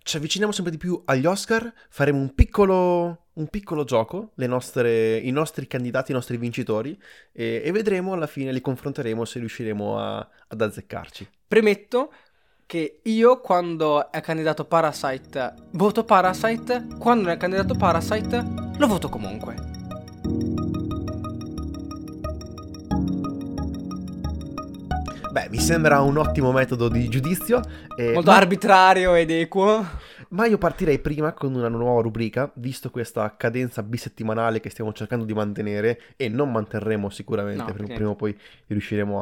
ci avviciniamo sempre di più agli Oscar, faremo un piccolo gioco, i nostri candidati, i nostri vincitori, e vedremo alla fine, li confronteremo se riusciremo ad azzeccarci. Premetto che io, quando è candidato Parasite, voto Parasite. Quando non è candidato Parasite, lo voto comunque. Beh, mi sembra un ottimo metodo di giudizio, Molto arbitrario ed equo. ma io partirei prima con una nuova rubrica, visto questa cadenza bisettimanale che stiamo cercando di mantenere e non manterremo sicuramente, No, perché perché prima o poi riusciremo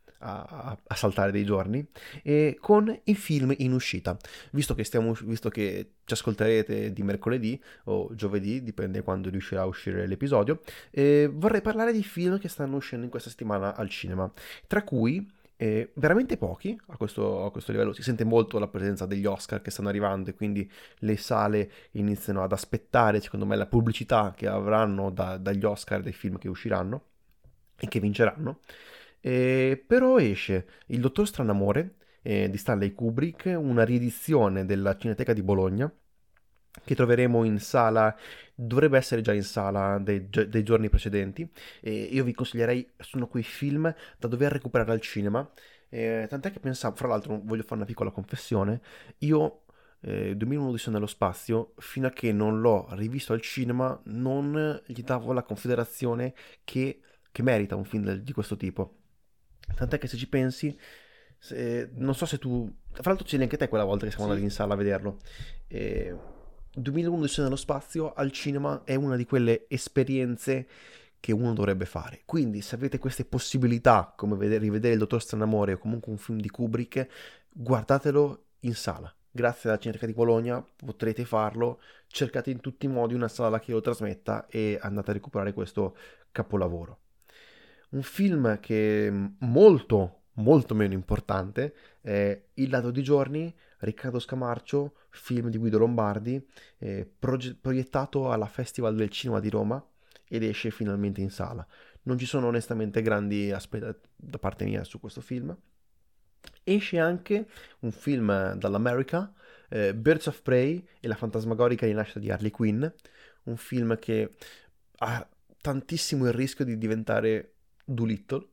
a saltare dei giorni, e con i film in uscita. Visto che ci ascolterete di mercoledì o giovedì, dipende quando riuscirà a uscire l'episodio, vorrei parlare di film che stanno uscendo in questa settimana al cinema, tra cui veramente pochi a questo livello. Si sente molto la presenza degli Oscar che stanno arrivando e quindi le sale iniziano ad aspettare, secondo me, la pubblicità che avranno dagli Oscar dei film che usciranno e che vinceranno. Però esce Il Dottor Stranamore di Stanley Kubrick, una riedizione della Cineteca di Bologna che troveremo in sala, dovrebbe essere già in sala dei giorni precedenti. E io vi consiglierei, sono quei film da dover recuperare al cinema. Tant'è che pensavo, fra l'altro voglio fare una piccola confessione, io 2001 Odissea nello spazio, fino a che non l'ho rivisto al cinema, non gli davo la considerazione che merita un film di questo tipo. Tant'è che se ci pensi, non so se tu... Fra l'altro c'eri anche te quella volta che siamo andati sì. in sala a vederlo. Eh, 2001 Odissea nello spazio al cinema è una di quelle esperienze che uno dovrebbe fare. Quindi se avete queste possibilità, come rivedere Il Dottor Stranamore o comunque un film di Kubrick, guardatelo in sala. Grazie alla Cineteca di Bologna potrete farlo. Cercate in tutti i modi una sala che lo trasmetta e andate a recuperare questo capolavoro. Un film che è molto, molto meno importante è Il lato di giorni, Riccardo Scamarcio, film di Guido Lombardi, proiettato alla Festival del Cinema di Roma ed esce finalmente in sala. Non ci sono onestamente grandi aspettative da parte mia su questo film. Esce anche un film dall'America, Birds of Prey e la fantasmagorica rinascita di Harley Quinn, un film che ha tantissimo il rischio di diventare Doolittle.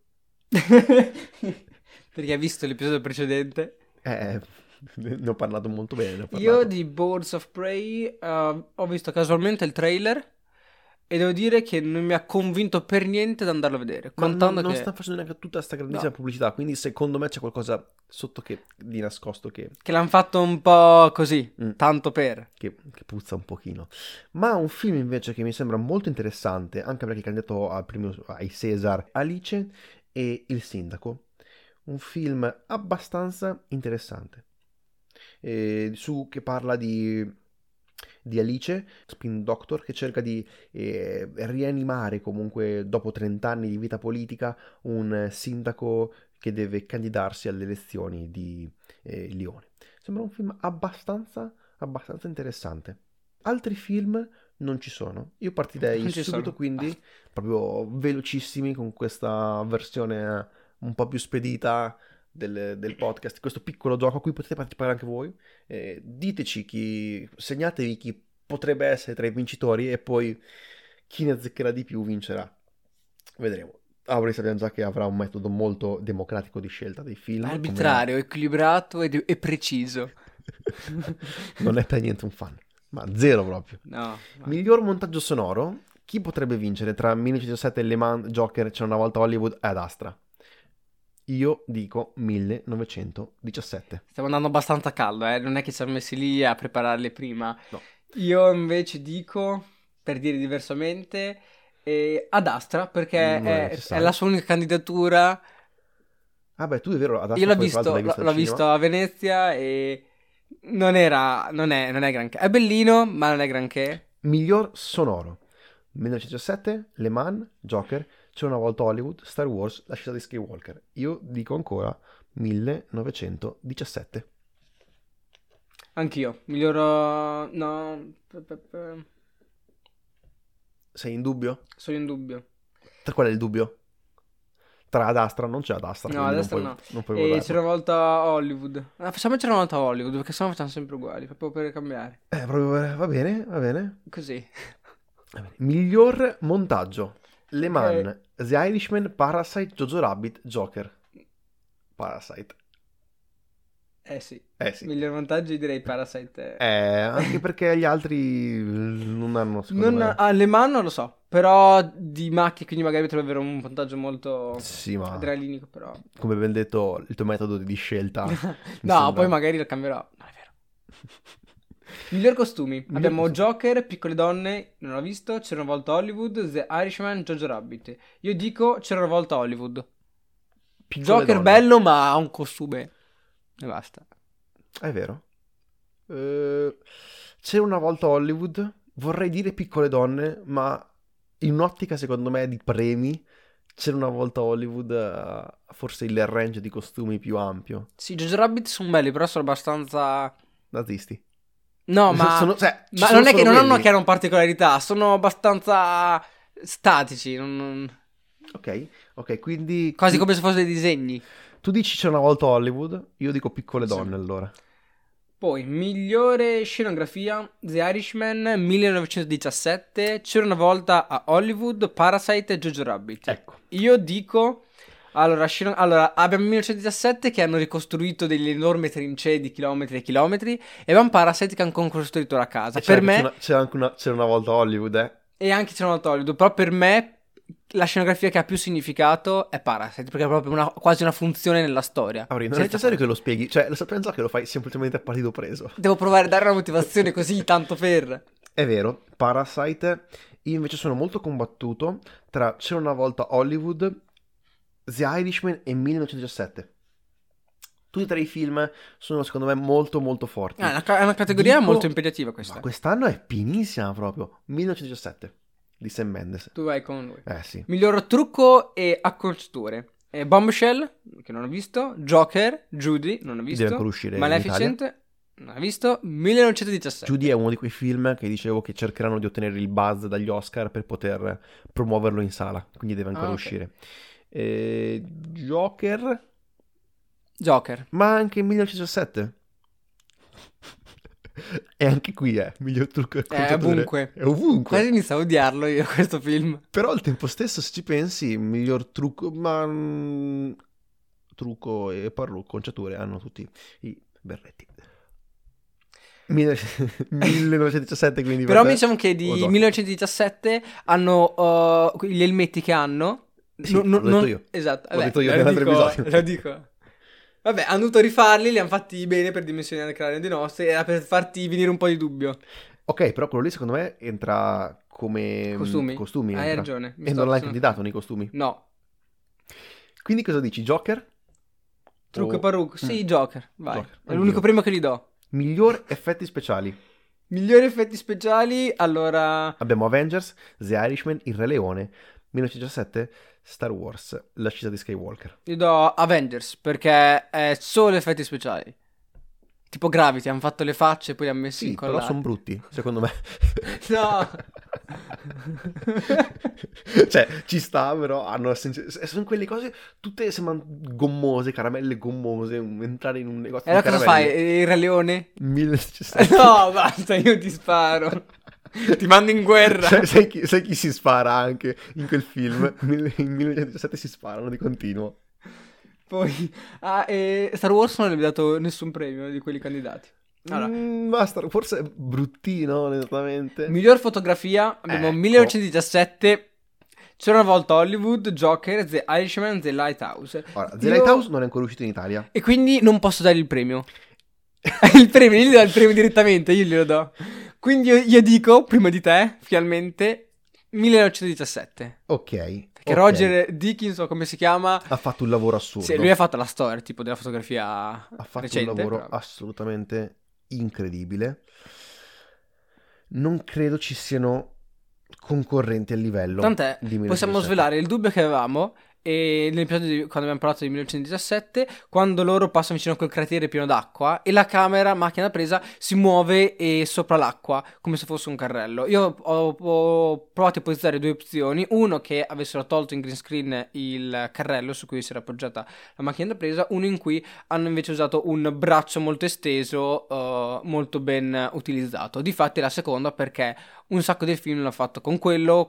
Perché hai visto l'episodio precedente? Eh, ne ho parlato molto bene, ne ho Io parlato. di Birds of Prey ho visto casualmente il trailer e devo dire che non mi ha convinto per niente ad andarlo a vedere, Ma contando non sta che... facendo neanche tutta questa grandissima No, pubblicità, quindi secondo me c'è qualcosa sotto di nascosto che l'hanno fatto un po' così, mm, tanto per. che puzza un pochino. Ma un film invece che mi sembra molto interessante, anche perché è candidato ai César, Alice e Il Sindaco. Un film abbastanza interessante. Che parla di Alice, Spin Doctor, che cerca di rianimare comunque dopo 30 anni di vita politica un sindaco che deve candidarsi alle elezioni di Lione. Sembra un film abbastanza interessante. Altri film non ci sono. Io partirei Non ci subito sono. quindi, proprio velocissimi, con questa versione un po' più spedita del podcast, questo piccolo gioco a cui potete partecipare anche voi. Diteci segnatevi chi potrebbe essere tra i vincitori e poi chi ne azzeccherà di più vincerà. Vedremo. Avrei sappiamo già che avrà un metodo molto democratico di scelta dei film, come Arbitrario, equilibrato e preciso. non è per niente un fan, ma zero proprio. No, ma... Miglior montaggio sonoro, chi potrebbe vincere tra 1917, Le Mans, Joker, C'era una volta Hollywood e Ad Astra? Io dico 1917. Stiamo andando abbastanza a caldo, eh? Non è che ci siamo messi lì a prepararle prima. No. Io invece dico, per dire diversamente, Ad Astra, perché Non è è la necessario. sua unica candidatura. Ah beh, tu è vero, ad Io Astra poi fra l'altro l'hai visto al l'ho cinema. visto a Venezia e non è granché. È bellino, ma non è granché. Miglior sonoro. 1917, Le Mans, Joker, C'è una volta Hollywood, Star Wars, La scelta di Skywalker. Io dico ancora 1917. Anch'io. Miglior... No, Sei in dubbio? sono in dubbio. Qual è il dubbio? Tra Ad Astra non c'è Ad Astra, No, quindi adesso non no. puoi, non puoi E votarlo. c'era una volta Hollywood. Facciamoci una volta Hollywood, perché sennò facciamo sempre uguali, proprio per cambiare. Proprio, va bene, va bene. Così. Va bene. Miglior montaggio. Le Ok. Man, The Irishman, Parasite, Jojo Rabbit, Joker. Parasite. Eh sì. Eh sì. Miglior vantaggio io direi Parasite. Anche perché gli altri non hanno, secondo me... Le mani non lo so, però di macchie, quindi magari potrebbe avere un vantaggio molto Sì, ma adrenalinico, però. come ben detto, il tuo metodo di scelta mi No, sembra... poi magari lo cambierò. Non è vero. Miglior costumi. Miglior Abbiamo costumi. Joker, Piccole donne, non l'ho visto, C'era una volta Hollywood, The Irishman, Jojo Rabbit. Io dico C'era una volta Hollywood. Piccole Joker donne. bello, ma ha un costume. E basta. È vero. C'era una volta Hollywood, vorrei dire Piccole donne, ma in un'ottica secondo me di premi, c'era una volta Hollywood, forse il range di costumi più ampio. Sì, Jojo Rabbit sono belli, però sono abbastanza... Nazisti. No, ma... Cioè, ci Ma sono non è che solo non hanno una quelli. chiara particolarità, sono abbastanza statici, Ok, quindi quasi come se fossero dei disegni. tu dici c'era una volta Hollywood, io dico Piccole Sì. donne allora. Poi, migliore scenografia, The Irishman, 1917, C'era una volta a Hollywood, Parasite e Jojo Rabbit. Ecco. Io dico... Allora, abbiamo 1917 che hanno ricostruito delle enormi trincee di chilometri e chilometri e abbiamo Parasite che hanno costruito la casa. E Per me, c'era una volta Hollywood, eh? e anche C'era una volta a Hollywood, però per me la scenografia che ha più significato è Parasite, perché è proprio quasi una funzione nella storia. Auri, non è Senza necessario fare- che lo spieghi, cioè lo sappiamo già che lo fai semplicemente a partito preso. Devo provare a dare una motivazione così, tanto per... È vero, Parasite, io invece sono molto combattuto tra C'era una volta Hollywood, The Irishman e 1917. Tutti e tre i film sono secondo me molto molto forti. È una categoria Dico- molto impegnativa questa. Ma quest'anno è pienissima proprio. 1917 di Sam Mendes. Tu vai con lui. Sì. Miglior trucco e acconciature. Bombshell, che non ho visto. Joker, Judy, non ho visto. Deve ancora uscire in Maleficent, non ho visto. 1917. Judy è uno di quei film che dicevo che cercheranno di ottenere il buzz dagli Oscar per poter promuoverlo in sala, quindi deve ancora ok. uscire. Joker, Joker. ma anche 1917. E anche qui miglior trucco e acconciature. Ovunque. È ovunque. Quasi inizio a odiarlo io questo film. Però al tempo stesso, se ci pensi, miglior trucco, ma trucco e parrucco, acconciature hanno tutti i berretti. 1917, quindi Però per te- diciamo che di o Joker? 1917 hanno gli elmetti che hanno. Sì, l'ho detto io. Esatto. L'ho Vabbè, detto io lo nell'altro dico- episodio. Lo dico. Vabbè, hanno dovuto rifarli, li hanno fatti bene per dimensionare il cranio dei nostri, era per farti venire un po' di dubbio. Ok, però quello lì secondo me entra come Costumi? Hai entra. ragione. E non l'hai candidato nei costumi. No. Quindi cosa dici? Joker? Trucco O- e parrucco. Sì, Joker. Vai. Joker, È anch'io. l'unico premio che gli do. Miglior effetti speciali. Migliori effetti speciali, allora... Abbiamo Avengers, The Irishman, Il Re Leone, 1917, Star Wars, L'ascesa di Skywalker. Io do Avengers, perché è solo effetti speciali. Tipo Gravity, hanno fatto le facce e poi li hanno messi Sì, però incollati. sono brutti, secondo me. No. Cioè, ci sta, però sono quelle cose tutte sembrano gommose, caramelle gommose, entrare in un negozio E allora di cosa fai? caramelle. Il Re Leone? 1917. No, basta, io ti sparo. Ti mando in guerra. Sai chi si spara anche in quel film? In 1917 si sparano di continuo. Poi, Star Wars non gli ho dato nessun premio di quelli candidati. Allora, Basta, forse è bruttino, onestamente. miglior fotografia, abbiamo Ecco. 1917, C'era una volta Hollywood, Joker, The Irishman, The Lighthouse. Ora, The Io- Lighthouse non è ancora uscito in Italia. E quindi non posso dare il premio. Il premio, io gli do il premio direttamente, io glielo do. Quindi io dico, prima di te, finalmente, 1917. Ok. Che ok. Roger Dickinson, come si chiama? Ha fatto un lavoro assurdo. Sì, lui ha fatto la storia, tipo, della fotografia Ha fatto recente. un lavoro però- assolutamente incredibile. Non credo ci siano concorrenti a livello Tant'è, di possiamo 1917. svelare il dubbio che avevamo. e nell'episodio quando abbiamo parlato di 1917, quando loro passano vicino a quel cratere pieno d'acqua e la camera, macchina da presa, si muove sopra l'acqua come se fosse un carrello. Io ho provato a ipotizzare due opzioni: uno che avessero tolto in green screen il carrello su cui si era appoggiata la macchina da presa, uno in cui hanno invece usato un braccio molto esteso, molto ben utilizzato. Difatti la seconda, perché un sacco del film l'ha fatto con quello,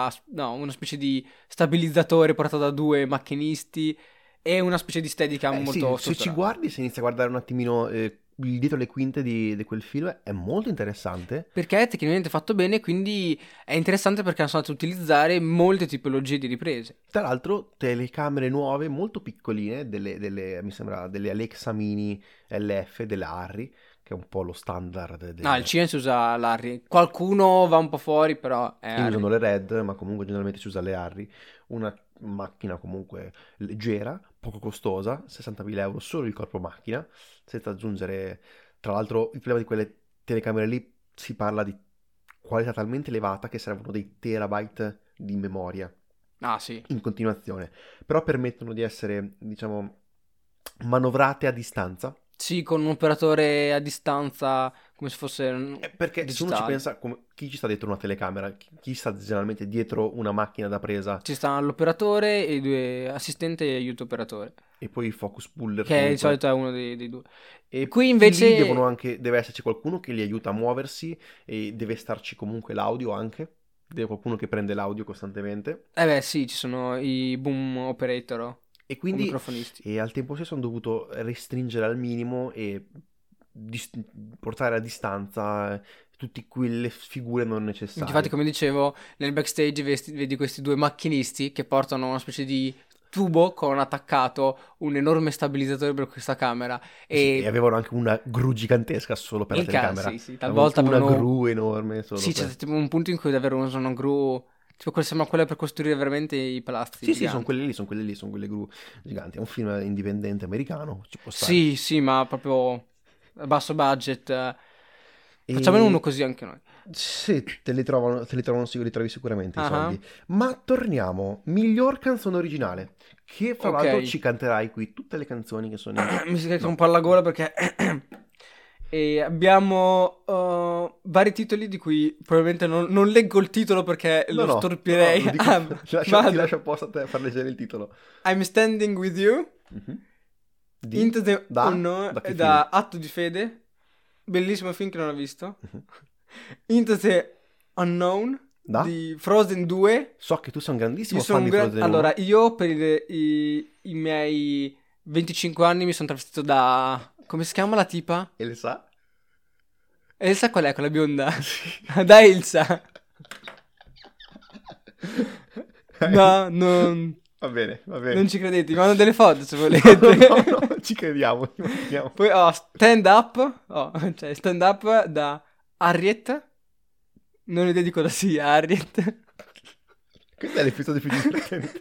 una specie di stabilizzatore portato da due macchinisti e una specie di steadicam molto Sì, se ci strutturata. guardi, se inizi a guardare un attimino il dietro le quinte di quel film, è molto interessante. Perché è tecnicamente fatto bene, quindi è interessante perché sono andati a utilizzare molte tipologie di riprese. Tra l'altro, telecamere nuove, molto piccoline, mi sembra delle Alexa Mini LF, delle Harry, che è un po' lo standard Al cinema si usa l'Harry. Qualcuno va un po' fuori, però è Harry. usano le Red, ma comunque generalmente si usa le Harry. Una macchina comunque leggera, poco costosa, 60.000 euro solo il corpo macchina, senza aggiungere... Tra l'altro, il problema di quelle telecamere lì, si parla di qualità talmente elevata che servono dei terabyte di memoria Ah, sì. in continuazione, però permettono di essere, diciamo, manovrate a distanza. Sì, con un operatore a distanza, come se fosse Perché se uno ci digitale. pensa, chi ci sta dietro una telecamera, chi sta generalmente dietro una macchina da presa Ci sta l'operatore e i due assistenti e aiuto operatore, e poi i focus puller che di comunque. solito è uno dei due. E Qui lì invece... deve esserci qualcuno che li aiuta a muoversi e deve starci comunque l'audio anche. Deve qualcuno che prende l'audio costantemente. Eh beh, sì, ci sono i boom operator E o quindi microfonisti. al tempo stesso hanno dovuto restringere al minimo e portare a distanza tutte quelle figure non Infatti, necessarie. come dicevo, nel backstage vedi questi due macchinisti che portano una specie di tubo con attaccato un enorme stabilizzatore per questa camera. Sì, e E avevano anche una gru gigantesca solo per la telecamera. sì, Avevano talvolta una avevano... gru enorme solo Sì, c'è per... tipo un punto in cui davvero usano una gru... Tipo, sembra quella per costruire veramente i palazzi Sì, sono giganti. quelle lì, sono quelle gru giganti. È un film indipendente americano, ci può stare. Sì, sì, ma proprio a basso budget. Facciamone uno E così anche noi. sì, li trovi sicuramente i Ah, ah. soldi. Ma torniamo, miglior canzone originale, che fra Ok. l'altro ci canterai qui tutte le canzoni che sono in... Mi si carica un No, po' alla gola perché e abbiamo vari titoli di cui probabilmente non leggo il titolo perché no, lo no, storpierei. lo dico, Ah, ti vado. lascio apposta a te far leggere il titolo. I'm Standing With You, Mhm. Into the Da che film? da Atto di Fede, bellissimo film che non ho visto. Mhm. Into the Unknown Da? di Frozen 2. So che tu sei un grandissimo Io sono fan un di Frozen 1. Allora, io per i miei 25 anni mi sono travestito da... Come si chiama la tipa? E le sa? Elsa qual è? Quella bionda? Sì. Da Elsa. No, Va bene, va bene. non ci credete, mi mandano delle foto se No, volete. no, ci crediamo, ci crediamo. Poi ho Stand Up, cioè Stand Up da Harriet. Non ho idea di cosa sia Harriet. Questo è l'episodio più divertente.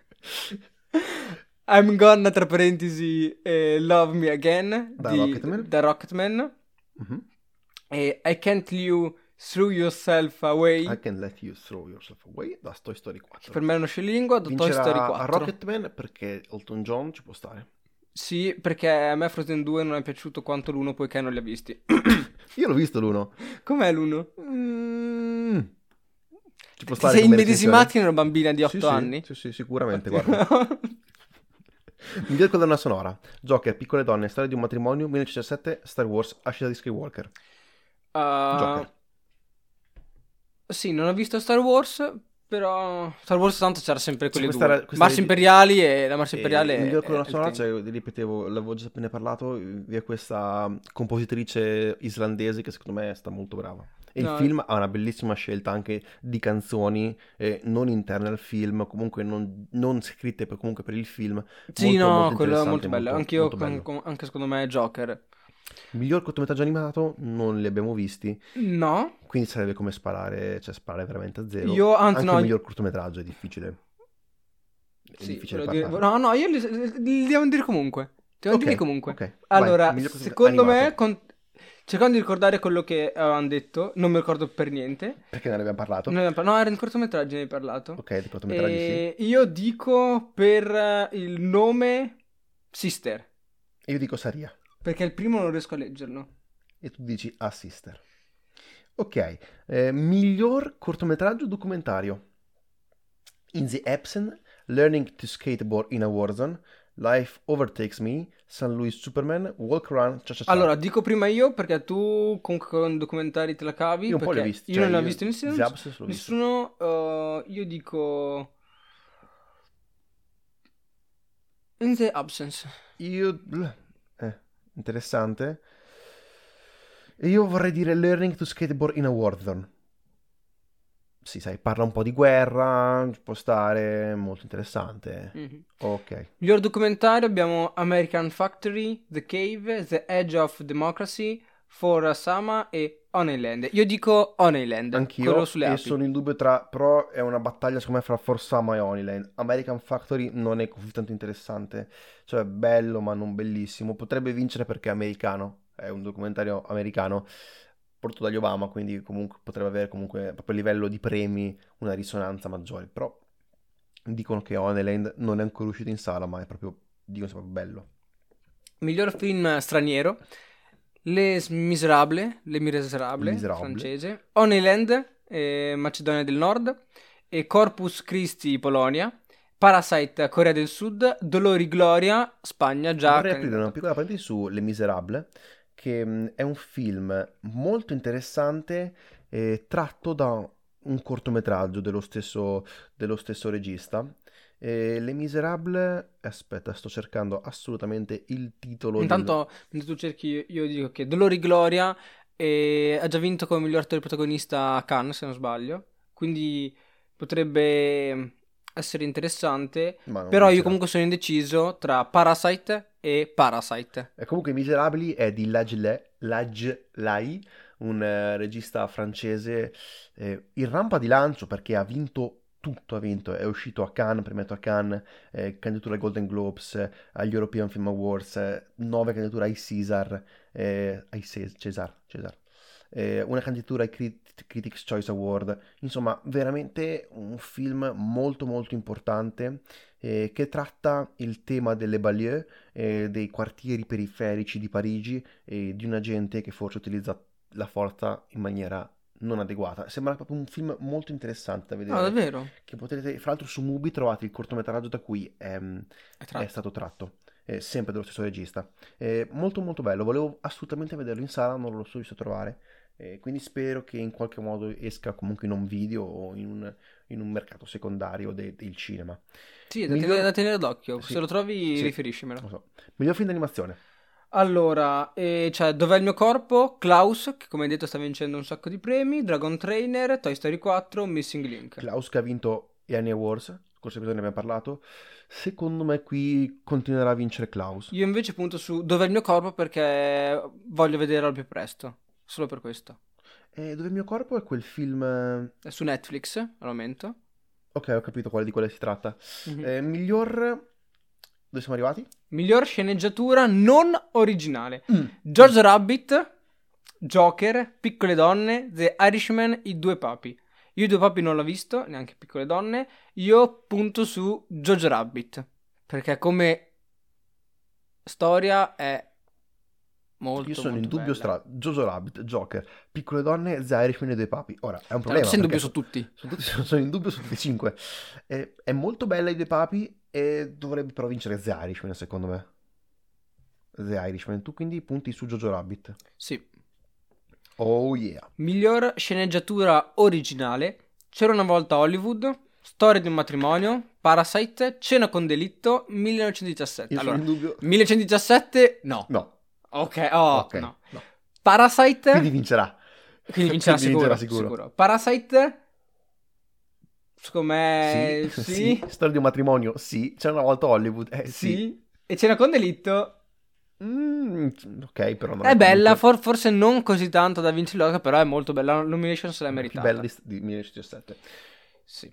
I'm Gonna, tra parentesi, Love Me Again Da Rocketman. da Rocketman. Mhm. E I Can't Let You Throw Yourself Away. I Can Let You Throw Yourself Away da Toy Story 4. Per me è uno scioglilingua da Toy Story Vincerà 4. a Rocketman perché Elton John ci può stare. Sì, perché a me Frozen 2 non è piaciuto quanto l'1 poiché non li ha visti. Io l'ho visto l'1. Com'è l'1? Ci può Ti stare sei come immedesimati in una bambina di 8 Sì, sì, anni? sì, sicuramente, guarda. Miglior colonna sonora. Joker, Piccole donne, Storia di un matrimonio, 1917, Star Wars, Ascesa di Skywalker. Joker. Sì, non ho visto Star Wars, però Star Wars tanto c'era sempre quelle questa due. era- questa Marcia era- Imperiali e la Marcia Imperiale miglior è colonna il sonora, tema. cioè, ripetevo, l'avevo già appena parlato, vi è questa compositrice islandese che secondo me sta molto brava. E No, il film ha una bellissima scelta anche di canzoni non interne al film, comunque non scritte comunque per il film. sì, Molto, no, molto quello è interessante, molto bello. molto, Anch'io, molto bello. anche secondo me è Joker. Miglior cortometraggio animato non li abbiamo visti, No, quindi sarebbe come sparare, cioè sparare veramente a zero. io, anzi Anche no, il miglior cortometraggio è difficile. È sì, difficile volevo dire- parlare. no, io li devo dire comunque. Devo Ok, dire comunque. ok, vai, Allora, miglior cortometraggio secondo me, animato. cercando di ricordare quello che avevano detto, non mi ricordo per niente. Perché ne abbiamo parlato? No, era in cortometraggio, ne hai parlato. Ok, di cortometraggi sì. Io dico per il nome Sister, E io dico Saria. perché il primo non riesco a leggerlo. E tu dici A Sister. Ok, miglior cortometraggio documentario. In the Epson, Learning to Skateboard in a Warzone, Life Overtakes Me, St. Louis Superman, Walk Around, Cha Cha Cha. Allora, dico prima io perché tu con documentari te la cavi. Io un po' li ho Perché visti, io cioè non ne ho io visto nessuno. The Absence l'ho visto. Io dico In the Absence. Io... interessante. E io vorrei dire Learning to Skateboard in a Warzone. Sì, sai, parla un po' di guerra, ci può stare, molto interessante. Mhm. Ok. Miglior documentario abbiamo American Factory, The Cave, The Edge of Democracy, For Sama e Honeyland. Io dico Honeyland, quello Anch'io sulle e api. sono in dubbio tra, però è una battaglia secondo me fra Forsama e Honeyland. American Factory non è così tanto interessante, cioè è bello ma non bellissimo. Potrebbe vincere perché è americano, è un documentario americano prodotto dagli Obama, quindi comunque potrebbe avere comunque proprio a livello di premi una risonanza maggiore. Però dicono che Honeyland non è ancora uscito in sala, ma è proprio, dicono sia proprio bello. Miglior film straniero. Les Miserables, Les Miserables. francese. Honeyland, Macedonia del Nord. E Corpus Christi, Polonia. Parasite, Corea del Sud. Dolori Gloria, Spagna, già Vorrei aprire una candidato. piccola parentesi su Les Miserables, che è un film molto interessante, tratto da un cortometraggio dello stesso regista. Les Miserables, aspetta, sto cercando assolutamente il titolo del... Intanto, mentre tu cerchi, io dico che Dolori Gloria ha già vinto come miglior attore protagonista a Cannes, se non sbaglio. Quindi potrebbe essere interessante. Ma non Però io vincerà. comunque sono indeciso tra Parasite e Parasite. E comunque I Miserabili è di Laj Lai, un regista francese in rampa di lancio perché ha vinto tutto, ha vinto, è uscito a Cannes, premiato a Cannes, candidatura ai Golden Globes, agli European Film Awards, 9 candidature ai César, César, una candidatura ai Critics' Choice Award, insomma veramente un film molto molto importante che tratta il tema delle banlieue, dei quartieri periferici di Parigi e di una gente che forse utilizza la forza in maniera non adeguata. Sembra proprio un film molto interessante da No, vedere, davvero? che potete, fra l'altro su Mubi trovate il cortometraggio da cui È è tratto. stato tratto, sempre dello stesso regista. Molto molto bello, volevo assolutamente vederlo in sala, non lo sono riuscito a trovare. Quindi spero che in qualche modo esca comunque in un video o in un mercato secondario del cinema. Sì, è Miglior... da tenere d'occhio. Se Sì, lo trovi, sì, riferiscimelo. lo so. Miglior film d'animazione. Allora, cioè, Dov'è il mio corpo? Klaus, che come hai detto sta vincendo un sacco di premi. Dragon Trainer, Toy Story 4, Missing Link. Klaus che ha vinto gli Annie Awards, scorso episodio ne abbiamo parlato. Secondo me qui continuerà a vincere Klaus. Io invece punto su Dov'è il mio corpo perché voglio vederlo al più presto. Solo per questo. E Dove il mio corpo è quel film... È su Netflix al momento. Ok, ho capito di quale si tratta. Mhm. Miglior... Dove siamo arrivati? Miglior sceneggiatura non originale. Mm. George Rabbit, Joker, Piccole donne, The Irishman, I due papi. Io I due papi non l'ho visto, neanche Piccole donne. Io punto su George Rabbit. Perché come storia è molto, Io sono in molto dubbio bella. tra Jojo Rabbit, Joker, Piccole donne, The Irishman e Due Papi. Ora, è un Cioè, non problema sei in dubbio perché su tutti. sono in dubbio su tutti e cinque. È molto bella i Due Papi e dovrebbe però vincere The Irishman, secondo me. The Irishman. Tu quindi punti su Jojo Rabbit. Sì. Oh yeah. Miglior sceneggiatura originale. C'era una volta Hollywood. Storia di un matrimonio. Parasite. Cena con delitto. 1917. Io sono Allora, in dubbio. 1917 no. No. Ok, oh, Ok. no. No. Parasite. Quindi vincerà. Quindi vincerà Quindi sicuro, vincerà sicuro. Parasite. Secondo Sì, me sì. sì. Storia di un matrimonio, sì. C'era una volta Hollywood, sì. Sì. E Cena con delitto. Mm, ok, però non È è bella, comunque forse non così tanto da vincere l'Oscar, però è molto bella. La nomination se l'è la più meritata. bella di 1917. Sì.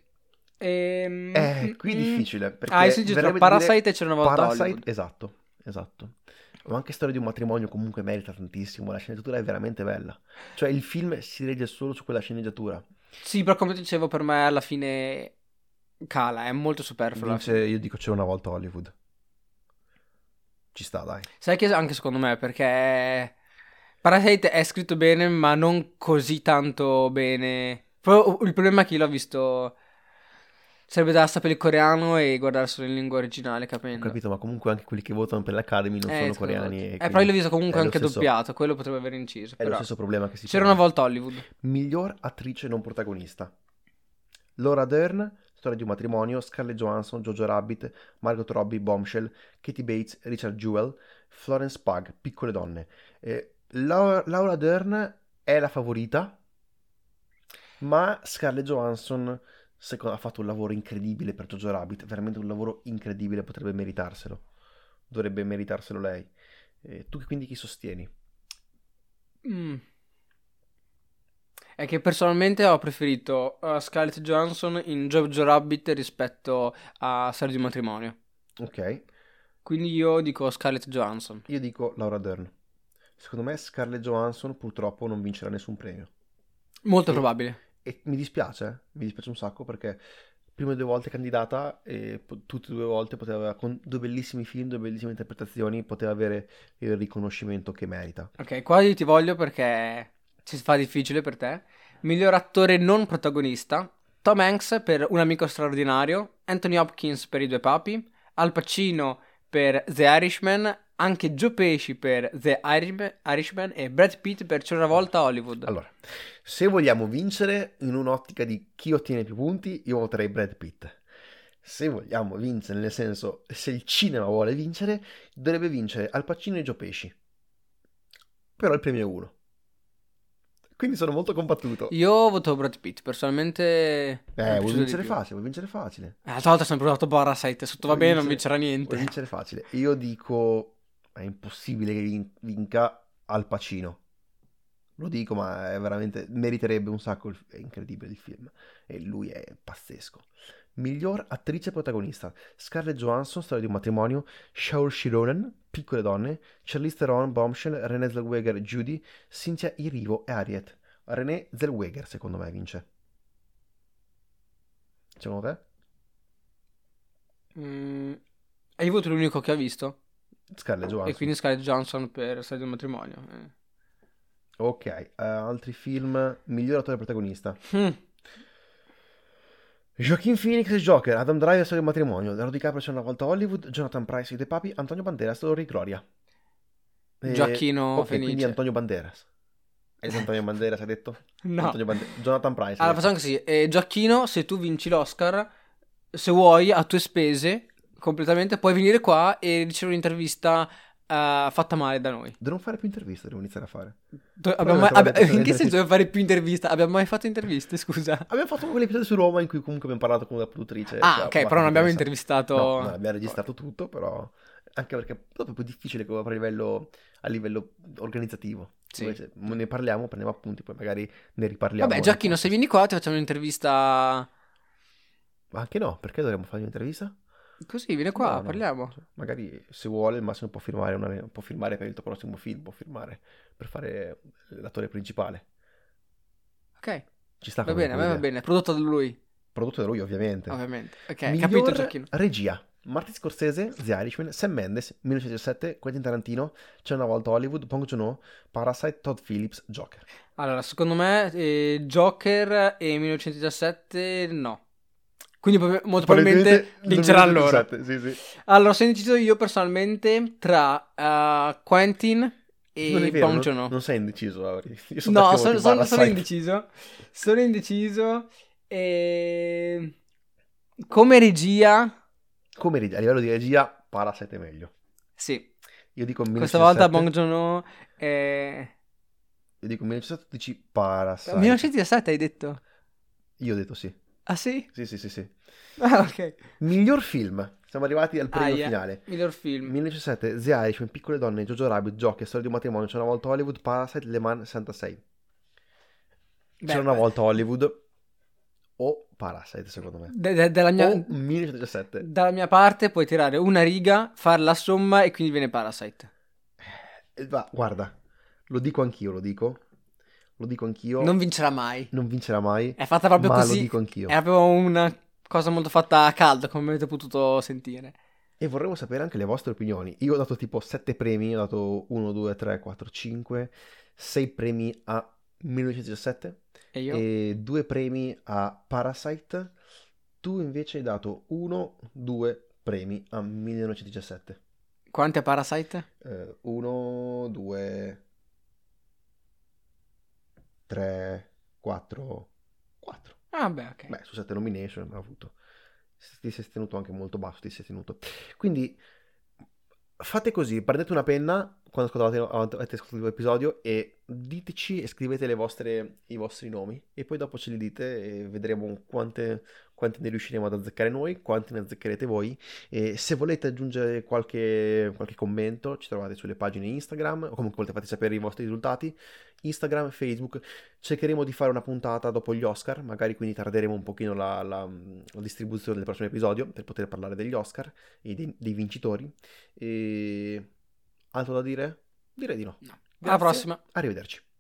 Qui è difficile Ah, perché sì, tra verrebbe da dire Parasite e C'era una volta Parasite, Hollywood. esatto, esatto. Ma anche Storia di un matrimonio comunque merita tantissimo, la sceneggiatura è veramente bella. Cioè il film si regge solo su quella sceneggiatura. Sì, però come ti dicevo, per me alla fine cala, è molto superfluo alla Vince, fine. io dico c'era una volta Hollywood. Ci sta, dai. Sai che anche secondo me, perché Parasite è scritto bene, ma non così tanto bene. Il problema è che io l'ho visto. Sarebbe da sapere il coreano e guardarselo in lingua originale, Ho capendo. capito, ma comunque anche quelli che votano per l'Academy non sono Secondo me. coreani e Però io quindi l'ho visto comunque è lo anche stesso, doppiato, quello potrebbe aver inciso. è lo Però stesso problema che si c'era una pone. volta Hollywood. Miglior attrice non protagonista. Laura Dern, Storia di un matrimonio, Scarlett Johansson, Jojo Rabbit, Margot Robbie, Bombshell, Katie Bates, Richard Jewell, Florence Pugh, Piccole donne. Laura Dern è la favorita, ma Scarlett Johansson ha fatto un lavoro incredibile per Jojo Rabbit, veramente un lavoro incredibile, potrebbe meritarselo. Dovrebbe meritarselo lei. Tu quindi chi sostieni? Mm. È che personalmente ho preferito Scarlett Johansson in Jojo Rabbit rispetto a Storia di un matrimonio. Ok, Quindi io dico Scarlett Johansson. io dico Laura Dern. Secondo me Scarlett Johansson purtroppo non vincerà nessun premio. Molto E, probabile. e mi dispiace un sacco perché prime 2 volte candidata e tutte e 2 volte poteva, con 2 bellissimi film, 2 bellissime interpretazioni, poteva avere il riconoscimento che merita. Ok, qua io ti voglio perché si fa difficile per te. Miglior attore non protagonista. Tom Hanks per Un amico straordinario. Anthony Hopkins per I due papi. Al Pacino per The Irishman. Anche Joe Pesci per The Irishman. E Brad Pitt per C'era una volta Hollywood. Allora, se vogliamo vincere in un'ottica di chi ottiene più punti, io voterei Brad Pitt. Se vogliamo vincere, nel senso, se il cinema vuole vincere, dovrebbe vincere Al Pacino e Joe Pesci. Però il premio è uno. Quindi sono molto combattuto. Io voto Brad Pitt. Personalmente mi è Vuoi piaciuto di vincere più. facile, vuoi vincere facile. L'altra volta ho sempre provato Parasite. Sotto va Vuoi bene, non vincere, vincerà vuoi niente. vincere facile. Io dico, è impossibile che vinca Al Pacino. Lo dico, ma è veramente, meriterebbe un sacco, è incredibile il film. E lui è pazzesco. Miglior attrice protagonista. Scarlett Johansson, Storia di un matrimonio, Saoirse Ronan, Piccole donne, Charlize Theron, Bombshell, Renée Zellweger, Judy, Cynthia Erivo e Harriet. Renée Zellweger, secondo me, vince. Secondo te? E io voto l'unico che ha visto. Scarlett E Johansson. quindi Scarlett Johansson per Storia di un matrimonio. Ok, altri film. Miglior attore protagonista. Mm. Joaquin Phoenix e Joker, Adam Driver, Storia di un matrimonio, Leonardo DiCaprio c'è una volta a Hollywood, Jonathan Price, I dei papi, Antonio Banderas, Dolore di Gloria. Gioacchino Ok, quindi Fenice. Antonio Banderas. Hai detto Antonio Banderas, hai detto? No. Jonathan Price. Allora facciamo così. Gioacchino, se tu vinci l'Oscar, se vuoi, a tue spese, completamente, puoi venire qua e ricevere un'intervista fatta male da noi. Devo non fare più interviste, devo iniziare a fare. In che senso dobbiamo fare più interviste? Abbiamo mai fatto interviste, scusa? Abbiamo fatto quell'episodio su Roma in cui comunque abbiamo parlato con una produttrice. Ah, ok, però non abbiamo intervistato. No, abbiamo registrato tutto, però anche perché dopo è più difficile a livello organizzativo. Sì. Invece ne parliamo, prendiamo appunti, poi magari ne riparliamo. Vabbè, nel Gioacchino, se podcast. vieni qua ti facciamo un'intervista. Ma anche no, perché dovremmo fare un'intervista? Così, vieni qua, No. parliamo. Cioè, magari se vuole al massimo può firmare, può firmare per il tuo prossimo film, può firmare per fare l'attore principale. Ok, Ci sta va come bene, a me va idea. bene. Prodotto da lui, Prodotto da lui ovviamente. ovviamente. Ok, Miglior capito, Gioacchino. regia. Martin Scorsese, The Irishman, Sam Mendes, 1917, Quentin Tarantino, C'è una volta Hollywood, Bong Joon-ho, Parasite, Todd Phillips, Joker. Allora, secondo me Joker e 1917 no. Quindi molto probabilmente vinceranno loro. 1917, sì. Allora, sono indeciso io personalmente tra Quentin Non è e vero, Bong Joon-ho. non sei indeciso, Auri. Io No, da che sono voti Parasite. indeciso. Sono indeciso. E... Come regia, Come a livello di regia, Parasite è meglio. sì. Io dico Questa 1917. volta Bong Joon-ho è... Io dico 1917, tu dici Parasite. 1917 hai detto? Io ho detto sì. Ah sì? Sì. Ah, ok. Miglior film. Siamo arrivati al premio Aia, finale. miglior film. 1917, The Irishman, Piccole donne, Jojo Rabbit, Joker, Storia di un matrimonio, C'è una volta Hollywood, Parasite, Le Mans 66. C'era una volta Hollywood o Parasite, secondo me. Dalla mia... O 1917. Dalla mia parte puoi tirare una riga, fare la somma e quindi viene Parasite. Guarda, lo dico anch'io, lo dico anch'io, Non vincerà mai. non vincerà mai, È fatta proprio ma così. lo dico anch'io. È proprio una cosa molto fatta a caldo, come avete potuto sentire. E vorremmo sapere anche le vostre opinioni. Io ho dato tipo 7 premi, ho dato 1, 2, 3, 4, 5, 6 premi a 1917 E io? e 2 premi a Parasite. Tu invece hai dato 1, 2 premi a 1917. Quanti a Parasite? 1, 2, 3, 4, 4. Ah, beh, ok. Beh, su 7 nomination ha avuto. Ti sei tenuto anche molto basso, ti sei tenuto. Quindi fate così, prendete una penna quando avete ascoltato l'episodio e diteci e scrivete i vostri nomi e poi dopo ce li dite e vedremo quante ne riusciremo ad azzeccare noi, quanti ne azzeccherete voi. E se volete aggiungere qualche commento ci trovate sulle pagine Instagram o comunque volete fate sapere i vostri risultati, Instagram, Facebook. Cercheremo di fare una puntata dopo gli Oscar, magari quindi tarderemo un pochino la distribuzione del prossimo episodio per poter parlare degli Oscar e dei vincitori. E altro da dire? Direi di no. No. Alla Grazie, prossima. arrivederci.